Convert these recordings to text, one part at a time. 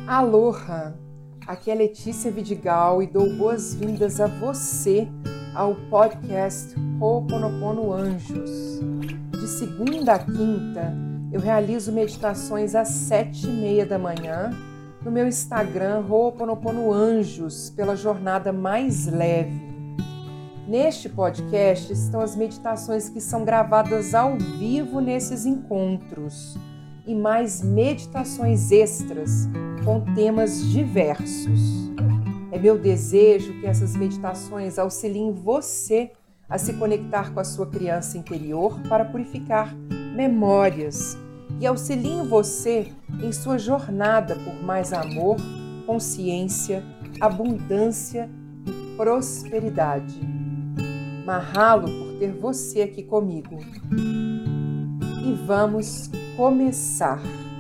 Aloha! Aqui é Letícia Vidigal e dou boas-vindas a você ao podcast Ho'oponopono Anjos. De segunda a quinta, eu realizo meditações às 7h30 da manhã no meu Instagram Ho'oponopono Anjos, pela jornada mais leve. Neste podcast estão as meditações que são gravadas ao vivo nesses encontros e mais meditações extras com temas diversos. É meu desejo que essas meditações auxiliem você a se conectar com a sua criança interior para purificar memórias e auxiliem você em sua jornada por mais amor, consciência, abundância e prosperidade. Mahalo por ter você aqui comigo. E vamos começar.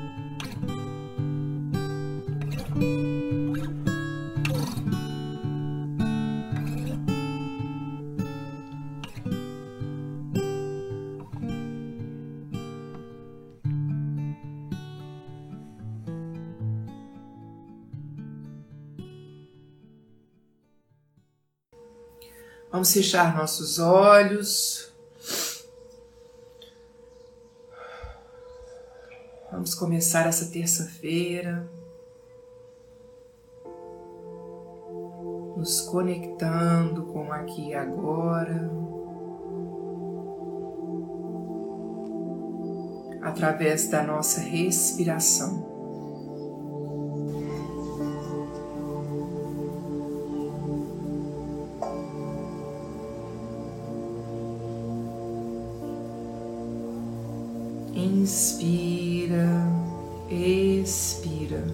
Vamos fechar nossos olhos. Vamos começar essa terça-feira nos conectando com o aqui e agora, através da nossa respiração. Inspira, expira.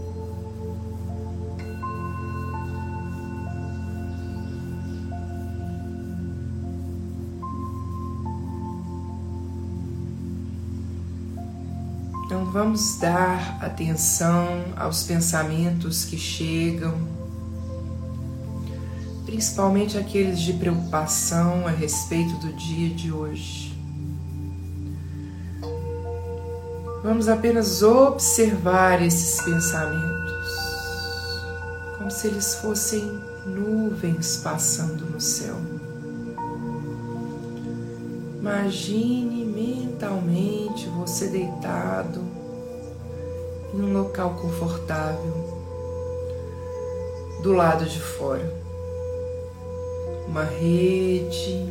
Então vamos dar atenção aos pensamentos que chegam, principalmente aqueles de preocupação a respeito do dia de hoje. Vamos apenas observar esses pensamentos, como se eles fossem nuvens passando no céu. Imagine mentalmente você deitado em um local confortável, do lado de fora. Uma rede,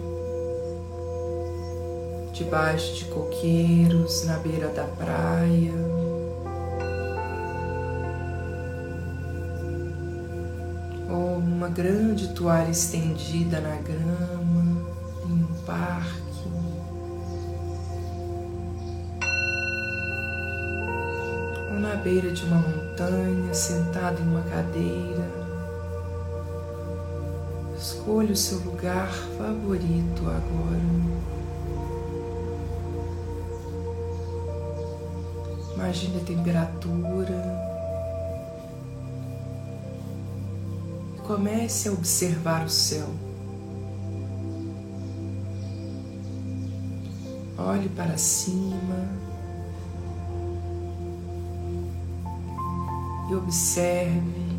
debaixo de coqueiros, na beira da praia. Ou uma grande toalha estendida na grama, em um parque. Ou na beira de uma montanha, sentado em uma cadeira. Escolha o seu lugar favorito agora. Imagine a temperatura e comece a observar o céu. Olhe para cima e observe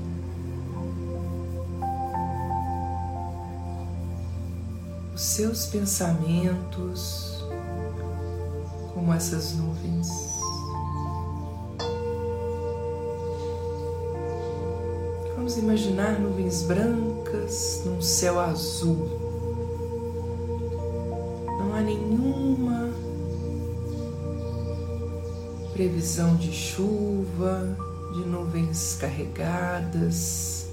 os seus pensamentos como essas nuvens. Vamos imaginar nuvens brancas num céu azul. Não há nenhuma previsão de chuva, de nuvens carregadas,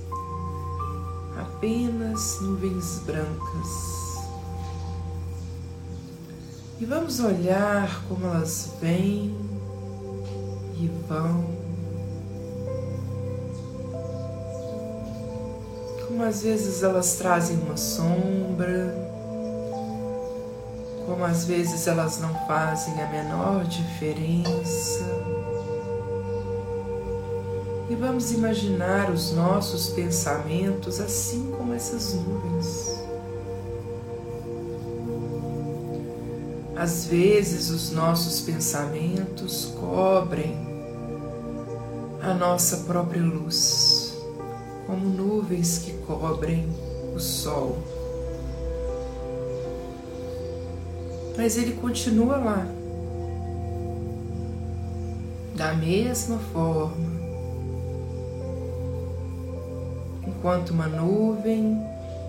apenas nuvens brancas. E vamos olhar como elas vêm e vão. Como às vezes elas trazem uma sombra, como às vezes elas não fazem a menor diferença. E vamos imaginar os nossos pensamentos assim como essas nuvens. Às vezes os nossos pensamentos cobrem a nossa própria luz, como nuvens que cobrem o sol. Mas ele continua lá, da mesma forma, enquanto uma nuvem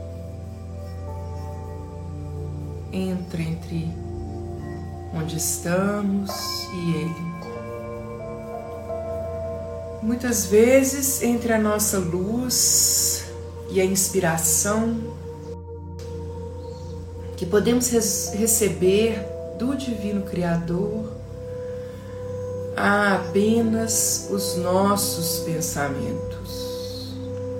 entra entre onde estamos e ele. Muitas vezes, entre a nossa luz e a inspiração que podemos receber do Divino Criador, há apenas os nossos pensamentos.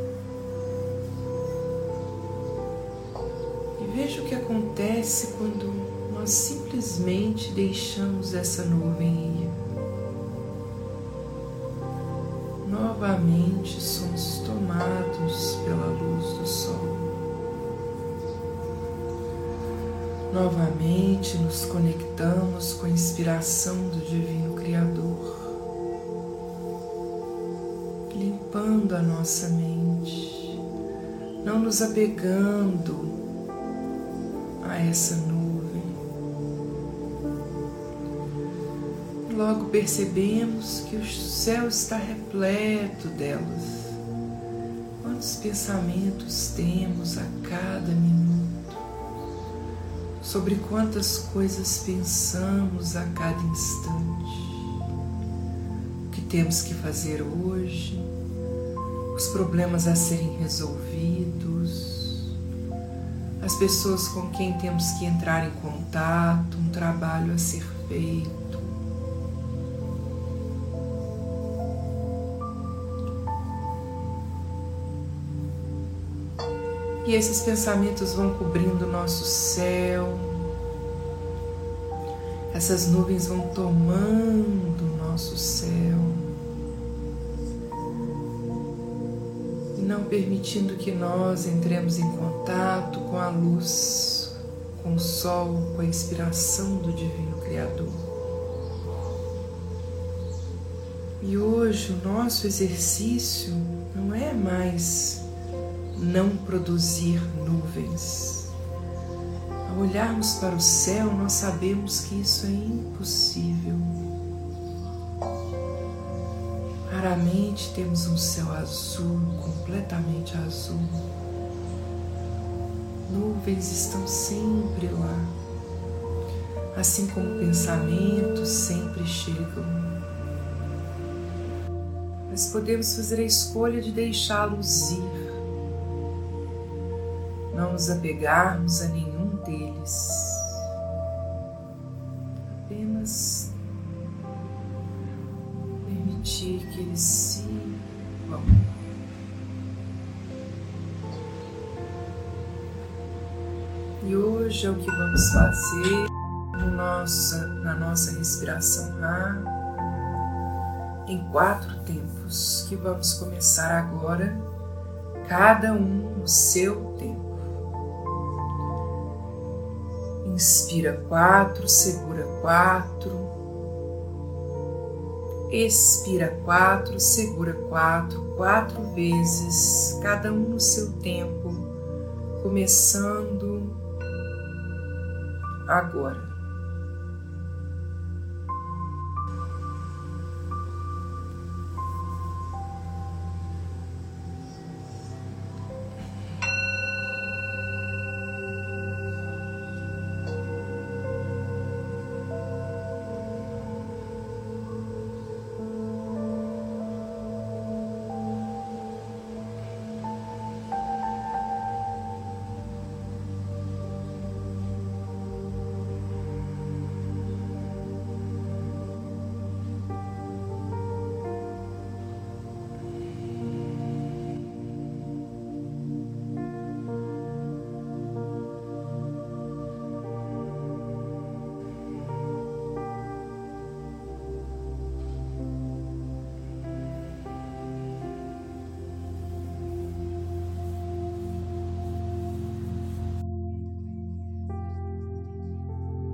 E veja o que acontece quando nós simplesmente deixamos essa nuvem ir. Novamente somos tomados pela luz do sol. Novamente nos conectamos com a inspiração do Divino Criador, limpando a nossa mente, não nos apegando a essa nuvem. Logo percebemos que o céu está repleto delas. Quantos pensamentos temos a cada minuto? Sobre quantas coisas pensamos a cada instante? O que temos que fazer hoje? Os problemas a serem resolvidos? As pessoas com quem temos que entrar em contato? Um trabalho a ser feito? E esses pensamentos vão cobrindo o nosso céu, essas nuvens vão tomando o nosso céu e não permitindo que nós entremos em contato com a luz, com o sol, com a inspiração do Divino Criador. E hoje o nosso exercício não é mais não produzir nuvens. Ao olharmos para o céu, nós sabemos que isso é impossível. Raramente temos um céu azul, completamente azul. Nuvens estão sempre lá, assim como pensamentos sempre chegam. Mas podemos fazer a escolha de deixá-los ir, não nos apegarmos a nenhum deles, apenas permitir que eles se vão. E hoje é o que vamos fazer na nossa respiração Ra, em 4 tempos, que vamos começar agora, cada um no seu tempo. Inspira 4, segura 4, expira 4, segura 4, 4 vezes, cada um no seu tempo, começando agora.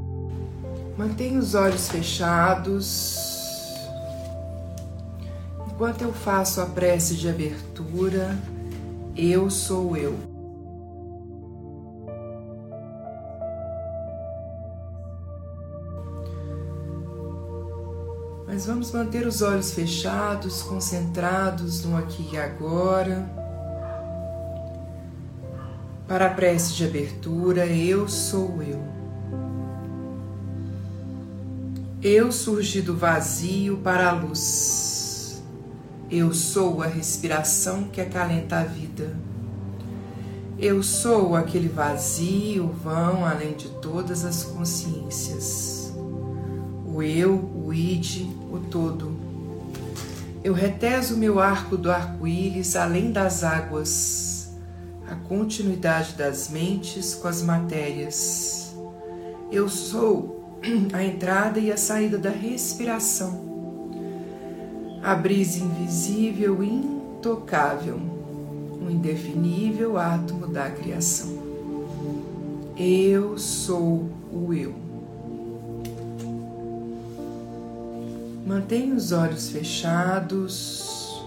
Mantenha os olhos fechados e Enquanto eu faço a prece de abertura, eu sou eu. Mas vamos manter os olhos fechados, concentrados no aqui e agora. Para a prece de abertura, eu sou eu. Eu surgi do vazio para a luz. Eu sou a respiração que acalenta a vida. Eu sou aquele vazio, vão além de todas as consciências. O eu, o id, o todo. Eu reteso meu arco do arco-íris além das águas, a continuidade das mentes com as matérias. Eu sou a entrada e a saída da respiração, a brisa invisível e intocável, o indefinível átomo da criação. Eu sou o eu. Mantenha os olhos fechados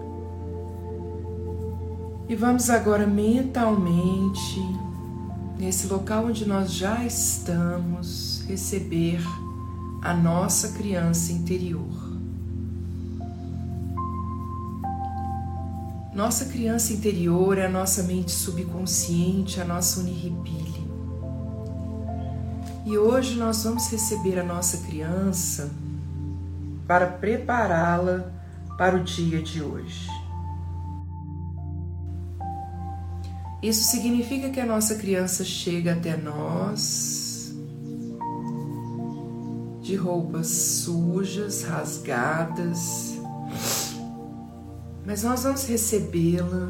e vamos agora mentalmente, nesse local onde nós já estamos, receber a nossa criança interior. Nossa criança interior é a nossa mente subconsciente, a nossa unirripile. E hoje nós vamos receber a nossa criança para prepará-la para o dia de hoje. Isso significa que a nossa criança chega até nós de roupas sujas, rasgadas, mas nós vamos recebê-la.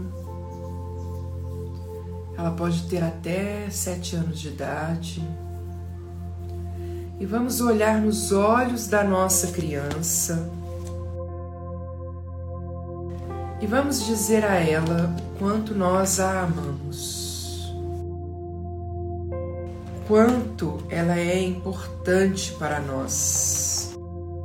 Ela pode ter até 7 anos de idade. E vamos olhar nos olhos da nossa criança e vamos dizer a ela o quanto nós a amamos, quanto ela é importante para nós,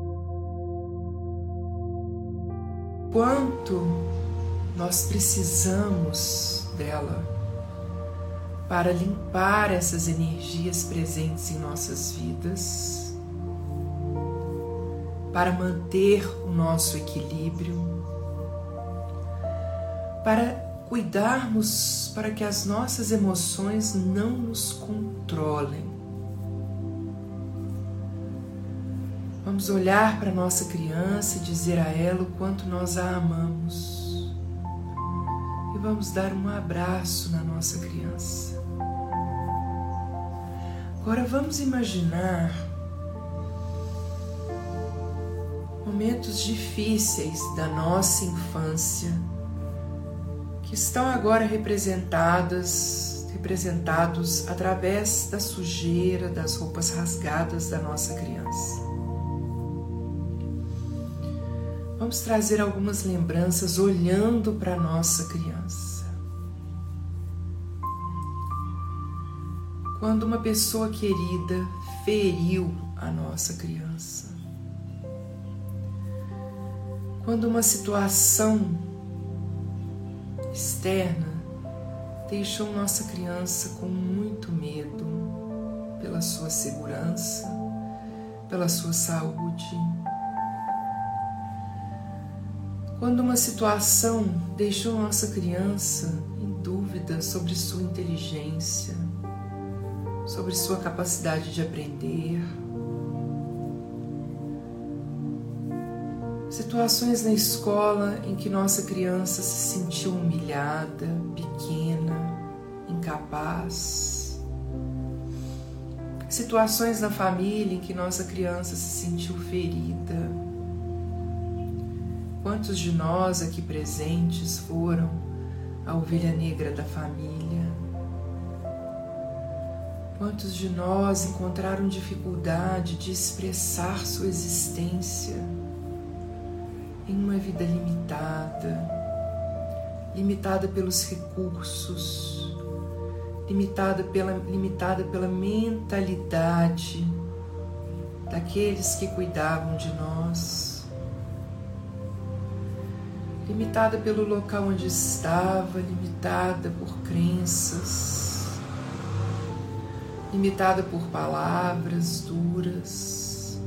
quanto nós precisamos dela para limpar essas energias presentes em nossas vidas, para manter o nosso equilíbrio, para cuidarmos para que as nossas emoções não nos controlem. Vamos olhar para a nossa criança e dizer a ela o quanto nós a amamos. E vamos dar um abraço na nossa criança. Agora vamos imaginar momentos difíceis da nossa infância que estão agora representados através da sujeira, das roupas rasgadas da nossa criança. Vamos trazer algumas lembranças olhando para a nossa criança. Quando uma pessoa querida feriu a nossa criança. Quando uma situação externa deixou nossa criança com muito medo pela sua segurança, pela sua saúde. Quando uma situação deixou nossa criança em dúvida sobre sua inteligência, sobre sua capacidade de aprender. Situações na escola em que nossa criança se sentiu humilhada, pequena, incapaz. Situações na família em que nossa criança se sentiu ferida. Quantos de nós aqui presentes foram a ovelha negra da família? Quantos de nós encontraram dificuldade de expressar sua existência em uma vida limitada pelos recursos, limitada pela mentalidade daqueles que cuidavam de nós? limitada pelo local onde estava, limitada por crenças, limitada por palavras duras.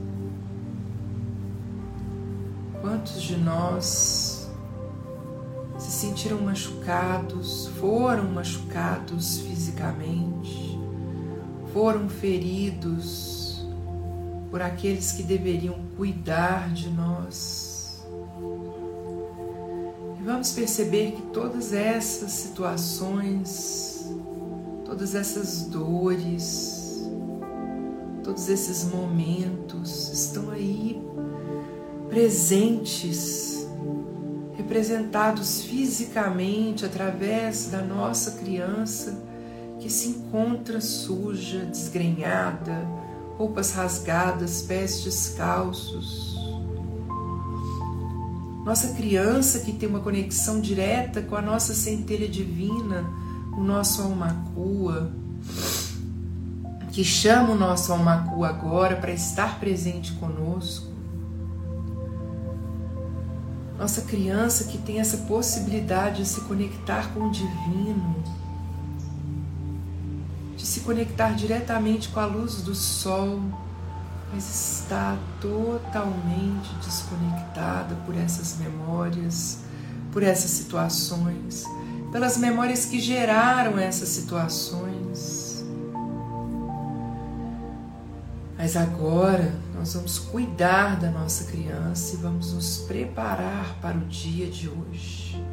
Quantos de nós se sentiram machucados, foram machucados fisicamente, foram feridos por aqueles que deveriam cuidar de nós? E vamos perceber que todas essas situações, todas essas dores, todos esses momentos estão aí presentes, representados fisicamente através da nossa criança que se encontra suja, desgrenhada, roupas rasgadas, pés descalços. Nossa criança que tem uma conexão direta com a nossa centelha divina, o nosso Almakua, que chama o nosso Almakua agora para estar presente conosco. Nossa criança que tem essa possibilidade de se conectar com o divino, de se conectar diretamente com a luz do sol, mas está totalmente desconectada por essas memórias, por essas situações, pelas memórias que geraram essas situações. Mas agora nós vamos cuidar da nossa criança e vamos nos preparar para o dia de hoje.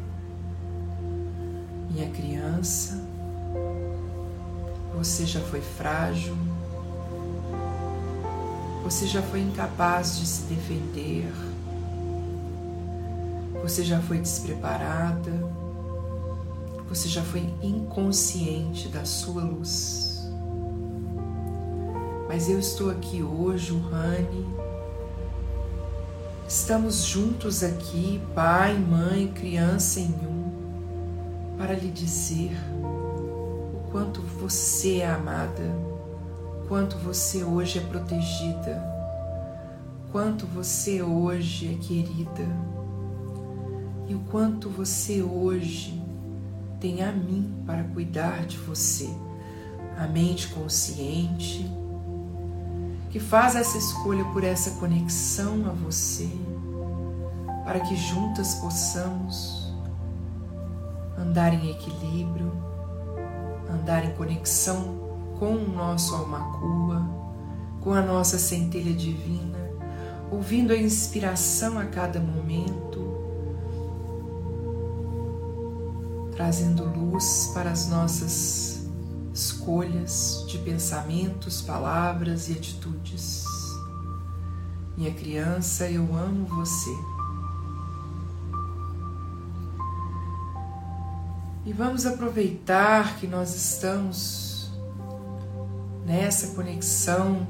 Minha criança, você já foi frágil, você já foi incapaz de se defender, você já foi despreparada, você já foi inconsciente da sua luz. Mas eu estou aqui hoje, Rani, estamos juntos aqui, pai, mãe, criança em um, para lhe dizer o quanto você é amada, quanto você hoje é protegida, quanto você hoje é querida e o quanto você hoje tem a mim para cuidar de você, a mente consciente que faz essa escolha por essa conexão a você, para que juntas possamos andar em equilíbrio, andar em conexão com o nosso Almakua, com a nossa centelha divina, ouvindo a inspiração a cada momento, trazendo luz para as nossas escolhas de pensamentos, palavras e atitudes. Minha criança, eu amo você. E vamos aproveitar que nós estamos nessa conexão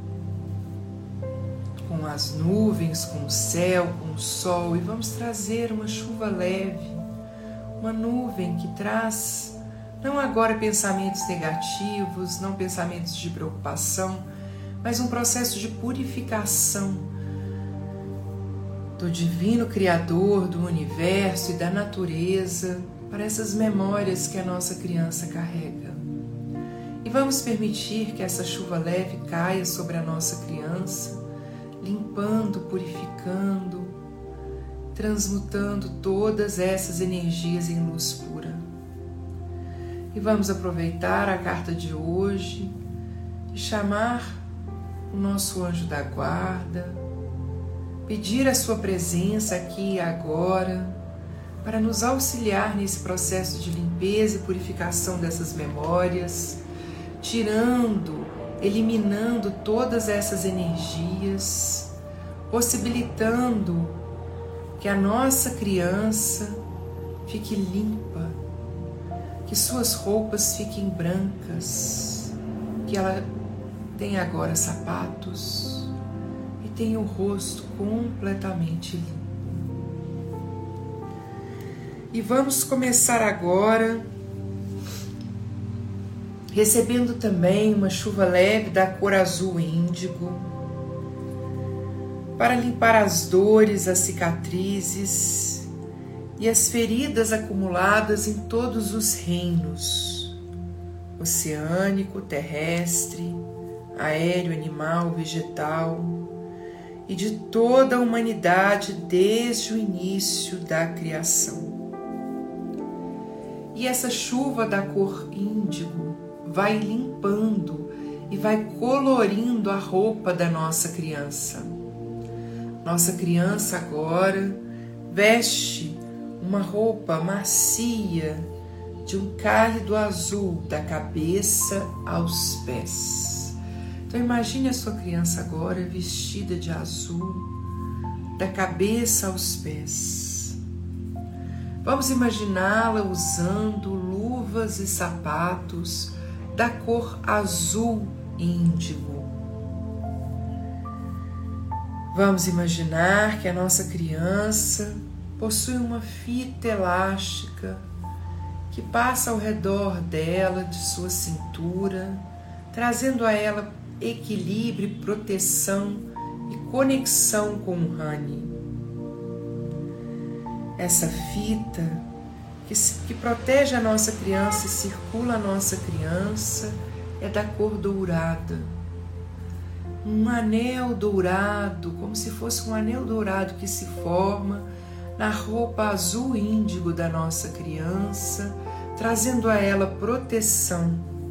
com as nuvens, com o céu, com o sol, e vamos trazer uma chuva leve, uma nuvem que traz não agora pensamentos negativos, não pensamentos de preocupação, mas um processo de purificação do divino Criador, do universo e da natureza para essas memórias que a nossa criança carrega. E vamos permitir que essa chuva leve caia sobre a nossa criança, limpando, purificando, transmutando todas essas energias em luz pura. E vamos aproveitar a carta de hoje e chamar o nosso anjo da guarda, pedir a sua presença aqui e agora para nos auxiliar nesse processo de limpeza e purificação dessas memórias, tirando, eliminando todas essas energias, possibilitando que a nossa criança fique limpa, que suas roupas fiquem brancas, que ela tenha agora sapatos e tenha o rosto completamente limpo. E vamos começar agora recebendo também uma chuva leve da cor azul índigo para limpar as dores, as cicatrizes e as feridas acumuladas em todos os reinos, oceânico, terrestre, aéreo, animal, vegetal, e de toda a humanidade desde o início da criação. E essa chuva da cor índigo vai limpando e vai colorindo a roupa da nossa criança. Nossa criança agora veste uma roupa macia de um cálido azul da cabeça aos pés. Então imagine a sua criança agora vestida de azul da cabeça aos pés. Vamos imaginá-la usando luvas e sapatos da cor azul índigo. Vamos imaginar que a nossa criança possui uma fita elástica que passa ao redor dela, de sua cintura, trazendo a ela equilíbrio, proteção e conexão com o Rani. Essa fita que protege a nossa criança e circula a nossa criança é da cor dourada. Um anel dourado, como se fosse um anel dourado que se forma na roupa azul índigo da nossa criança, trazendo a ela proteção,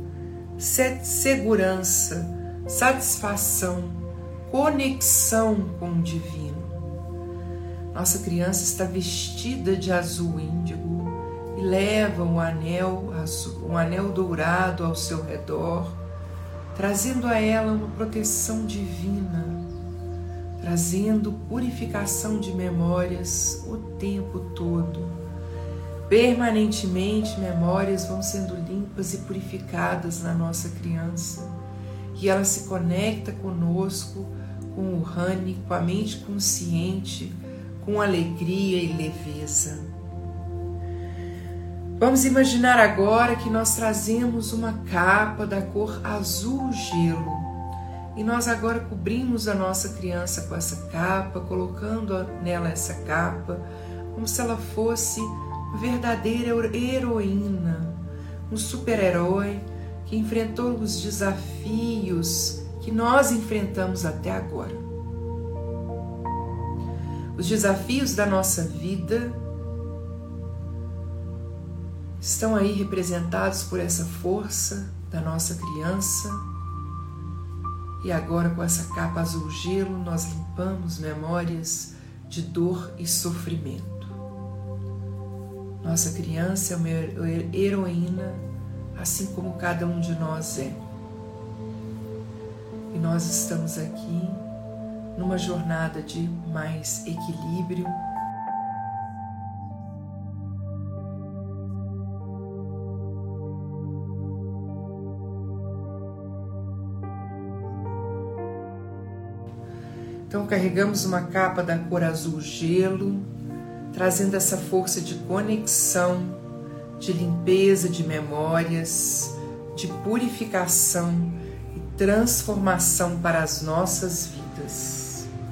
segurança, satisfação, conexão com o divino. Nossa criança está vestida de azul índigo e leva um anel azul, um anel dourado ao seu redor, trazendo a ela uma proteção divina, trazendo purificação de memórias o tempo todo. Permanentemente, memórias vão sendo limpas e purificadas na nossa criança, e ela se conecta conosco, com o Rani, com a mente consciente, com alegria e leveza. Vamos imaginar agora que nós trazemos uma capa da cor azul gelo e nós agora cobrimos a nossa criança com essa capa, colocando nela essa capa como se ela fosse uma verdadeira heroína, um super-herói que enfrentou os desafios que nós enfrentamos até agora. Os desafios da nossa vida estão aí representados por essa força da nossa criança. E agora, com essa capa azul gelo, nós limpamos memórias de dor e sofrimento. Nossa criança é uma heroína, assim como cada um de nós é. E nós estamos aqui numa jornada de mais equilíbrio, então carregamos uma capa da cor azul gelo, trazendo essa força de conexão, de limpeza de memórias, de purificação e transformação para as nossas vidas.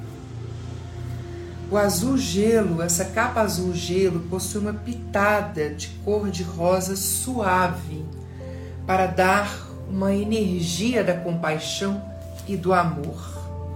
O azul gelo, essa capa azul gelo, possui uma pitada de cor de rosa suave para dar uma energia da compaixão e do amor.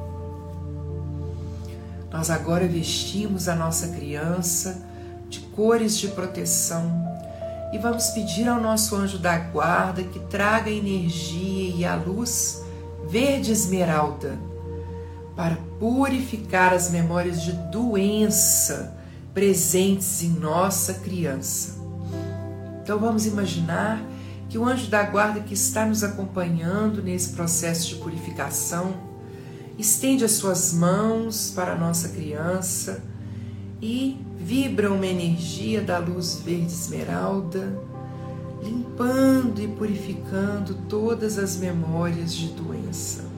Nós agora vestimos a nossa criança de cores de proteção e vamos pedir ao nosso anjo da guarda que traga a energia e a luz verde esmeralda para purificar as memórias de doença presentes em nossa criança. Então vamos imaginar que o anjo da guarda que está nos acompanhando nesse processo de purificação estende as suas mãos para a nossa criança e vibra uma energia da luz verde esmeralda, limpando e purificando todas as memórias de doença.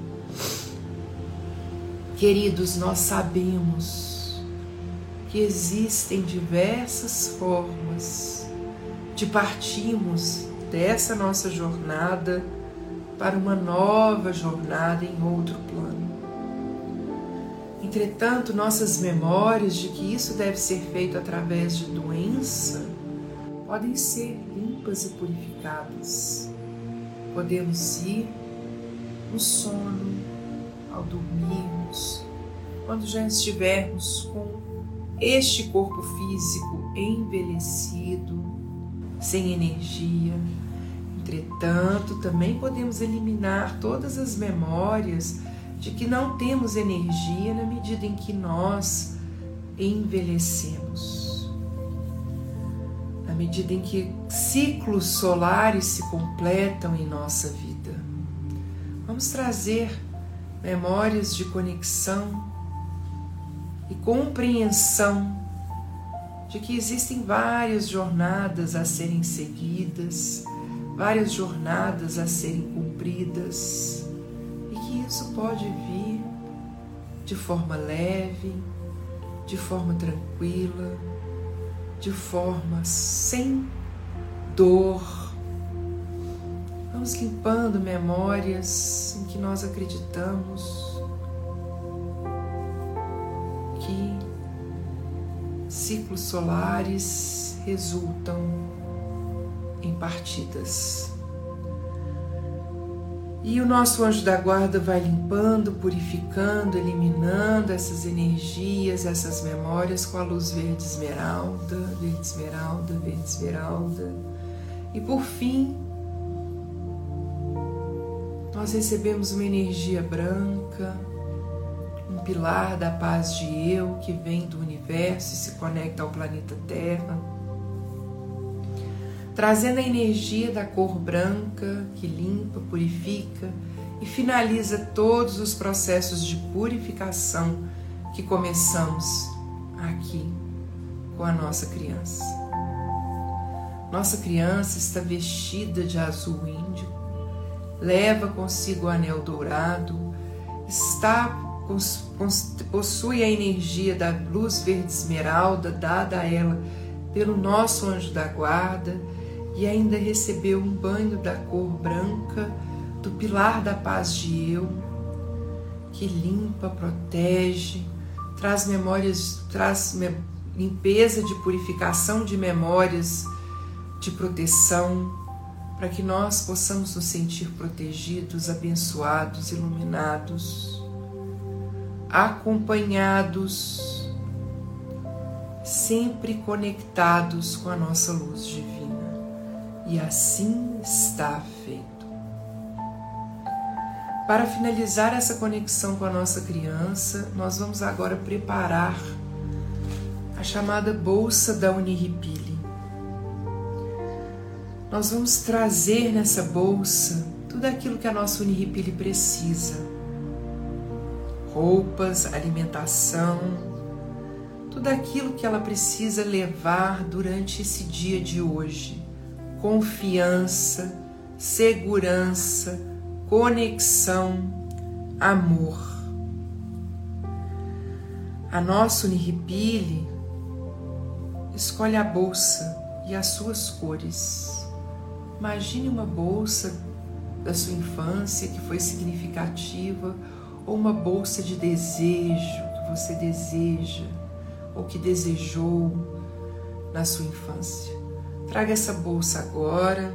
Queridos, nós sabemos que existem diversas formas de partirmos dessa nossa jornada para uma nova jornada em outro plano. Entretanto, nossas memórias de que isso deve ser feito através de doença podem ser limpas e purificadas. Podemos ir no sono, ao dormirmos, quando já estivermos com este corpo físico envelhecido, sem energia. Entretanto, também podemos eliminar todas as memórias de que não temos energia na medida em que nós envelhecemos. Na medida em que ciclos solares se completam em nossa vida. Vamos trazer memórias de conexão e compreensão de que existem várias jornadas a serem seguidas, várias jornadas a serem cumpridas, e que isso pode vir de forma leve, de forma tranquila, de forma sem dor. Vamos limpando memórias em que nós acreditamos que ciclos solares resultam em partidas. E o nosso anjo da guarda vai limpando, purificando, eliminando essas energias, essas memórias com a luz verde esmeralda, verde esmeralda, verde esmeralda. E por fim, nós recebemos uma energia branca, um pilar da paz de eu que vem do universo e se conecta ao planeta Terra, trazendo a energia da cor branca que limpa, purifica e finaliza todos os processos de purificação que começamos aqui com a nossa criança. Nossa criança está vestida de azul índigo, leva consigo o anel dourado, possui a energia da luz verde esmeralda dada a ela pelo nosso anjo da guarda e ainda recebeu um banho da cor branca do pilar da paz de eu, que limpa, protege, traz memórias, limpeza de purificação de memórias de proteção, para que nós possamos nos sentir protegidos, abençoados, iluminados, acompanhados, sempre conectados com a nossa luz divina. E assim está feito. Para finalizar essa conexão com a nossa criança, nós vamos agora preparar a chamada bolsa da Uniripili. Nós vamos trazer nessa bolsa tudo aquilo que a nossa Uniripili precisa. Roupas, alimentação, tudo aquilo que ela precisa levar durante esse dia de hoje. Confiança, segurança, conexão, amor. A nossa Uniripili escolhe a bolsa e as suas cores. Imagine uma bolsa da sua infância que foi significativa, ou uma bolsa de desejo que você deseja ou que desejou na sua infância. Traga essa bolsa agora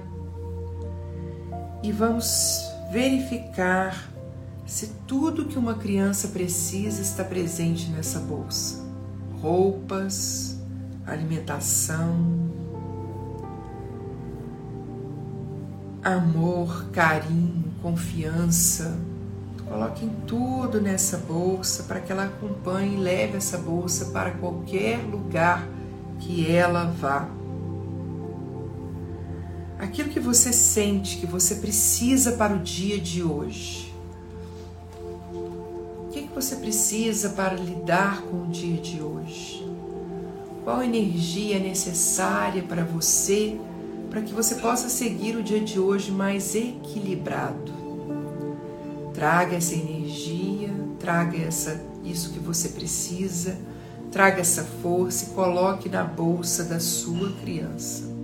e vamos verificar se tudo que uma criança precisa está presente nessa bolsa. Roupas, alimentação, amor, carinho, confiança. Coloquem tudo nessa bolsa para que ela acompanhe e leve essa bolsa para qualquer lugar que ela vá. Aquilo que você sente que você precisa para o dia de hoje. O que você precisa para lidar com o dia de hoje? Qual energia é necessária para você, para que você possa seguir o dia de hoje mais equilibrado? Traga essa energia, traga isso que você precisa, traga essa força e coloque na bolsa da sua criança.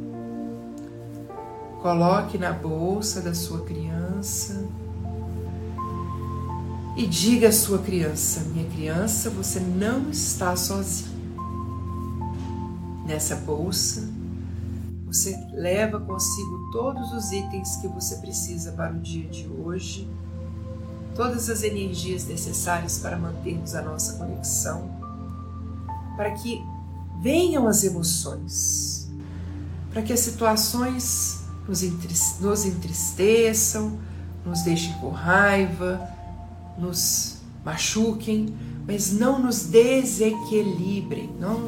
Coloque na bolsa da sua criança e diga à sua criança: minha criança, você não está sozinha. Nessa bolsa, você leva consigo todos os itens que você precisa para o dia de hoje, todas as energias necessárias para mantermos a nossa conexão, para que venham as emoções, para que as situações nos entristeçam, nos deixem com raiva, nos machuquem, mas não nos desequilibrem,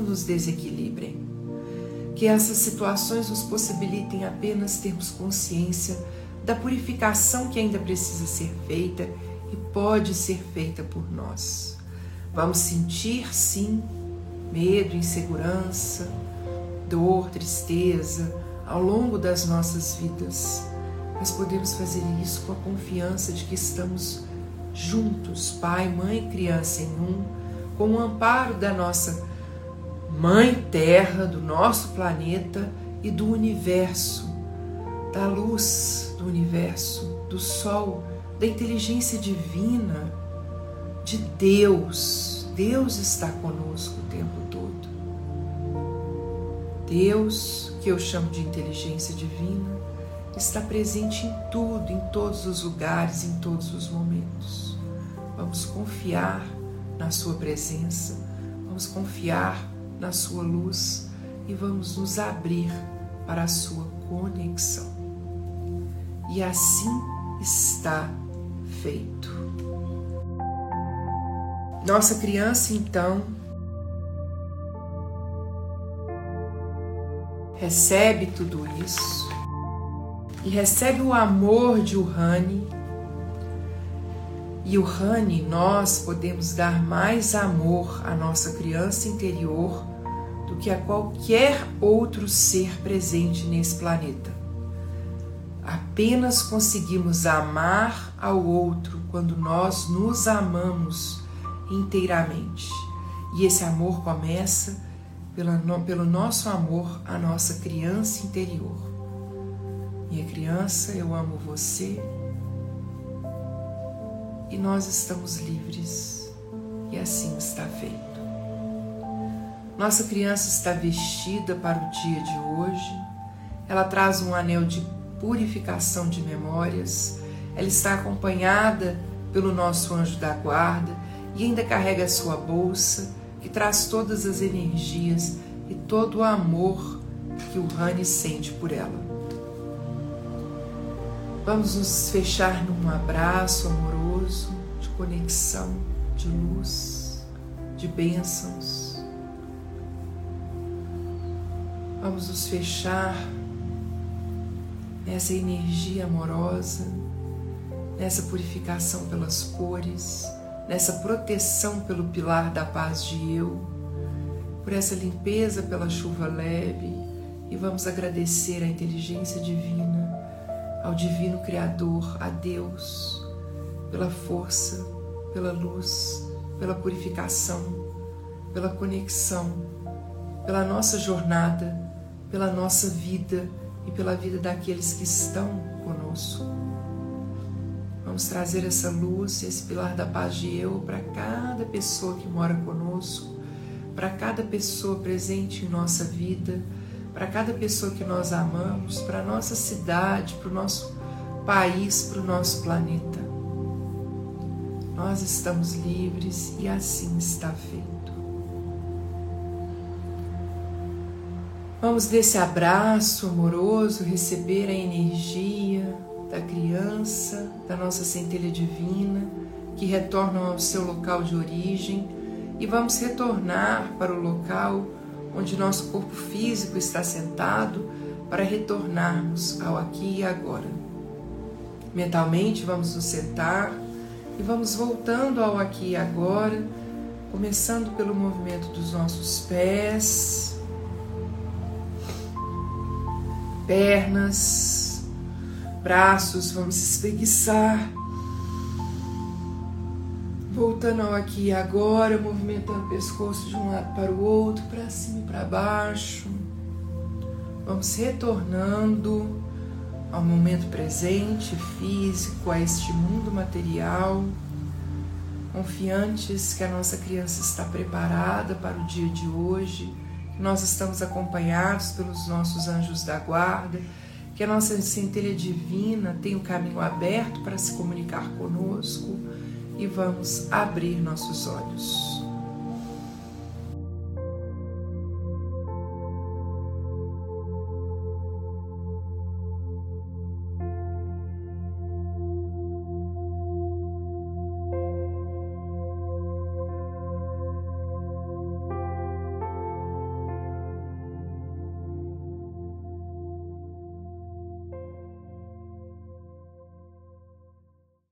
Que essas situações nos possibilitem apenas termos consciência da purificação que ainda precisa ser feita e pode ser feita por nós. Vamos sentir, sim, medo, insegurança, dor, tristeza ao longo das nossas vidas, mas podemos fazer isso com a confiança de que estamos juntos, pai, mãe, criança em um, com o amparo da nossa Mãe Terra, do nosso planeta e do universo, da luz do universo, do Sol, da inteligência divina, de Deus. Deus está conosco o tempo todo. Deus, que eu chamo de inteligência divina, está presente em tudo, em todos os lugares, em todos os momentos. Vamos confiar na sua presença, vamos confiar na sua luz e vamos nos abrir para a sua conexão. E assim está feito. Nossa criança, então, recebe tudo isso e recebe o amor de Uhani. E Uhani, nós podemos dar mais amor à nossa criança interior do que a qualquer outro ser presente nesse planeta. Apenas conseguimos amar ao outro quando nós nos amamos inteiramente. E esse amor começa pelo nosso amor à nossa criança interior. Minha criança, eu amo você e nós estamos livres, e assim está feito. Nossa criança está vestida para o dia de hoje, ela traz um anel de purificação de memórias, ela está acompanhada pelo nosso anjo da guarda e ainda carrega a sua bolsa, que traz todas as energias e todo o amor que o Uhani sente por ela. Vamos nos fechar num abraço amoroso, de conexão, de luz, de bênçãos. Vamos nos fechar nessa energia amorosa, nessa purificação pelas cores, nessa proteção pelo pilar da paz de eu, por essa limpeza pela chuva leve, e vamos agradecer à inteligência divina, ao divino Criador, a Deus, pela força, pela luz, pela purificação, pela conexão, pela nossa jornada, pela nossa vida e pela vida daqueles que estão conosco. Vamos trazer essa luz, esse pilar da paz de eu para cada pessoa que mora conosco, para cada pessoa presente em nossa vida, para cada pessoa que nós amamos, para a nossa cidade, para o nosso país, para o nosso planeta. Nós estamos livres e assim está feito. Vamos desse abraço amoroso receber a energia da criança, da nossa centelha divina, que retornam ao seu local de origem, e vamos retornar para o local onde nosso corpo físico está sentado para retornarmos ao aqui e agora. Mentalmente vamos nos sentar e vamos voltando ao aqui e agora, começando pelo movimento dos nossos pés, pernas, braços, vamos espreguiçar. Voltando ao aqui e agora, movimentando o pescoço de um lado para o outro, para cima e para baixo. Vamos retornando ao momento presente, físico, a este mundo material. confiantes que a nossa criança está preparada para o dia de hoje, que nós estamos acompanhados pelos nossos anjos da guarda, que a nossa centelha divina tem o caminho aberto para se comunicar conosco, e vamos abrir nossos olhos.